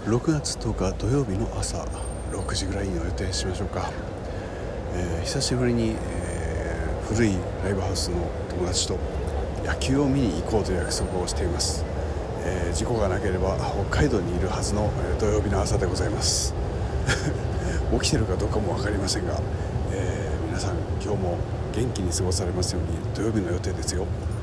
6月10日土曜日の朝6時ぐらいに予定しましょうか。久しぶりに、古いライブハウスの友達と野球を見に行こうという約束をしています。事故がなければ北海道にいるはずの、土曜日の朝でございます起きてるかどうかも分かりませんが、皆さん今日も元気に過ごされますように。土曜日の予定ですよ。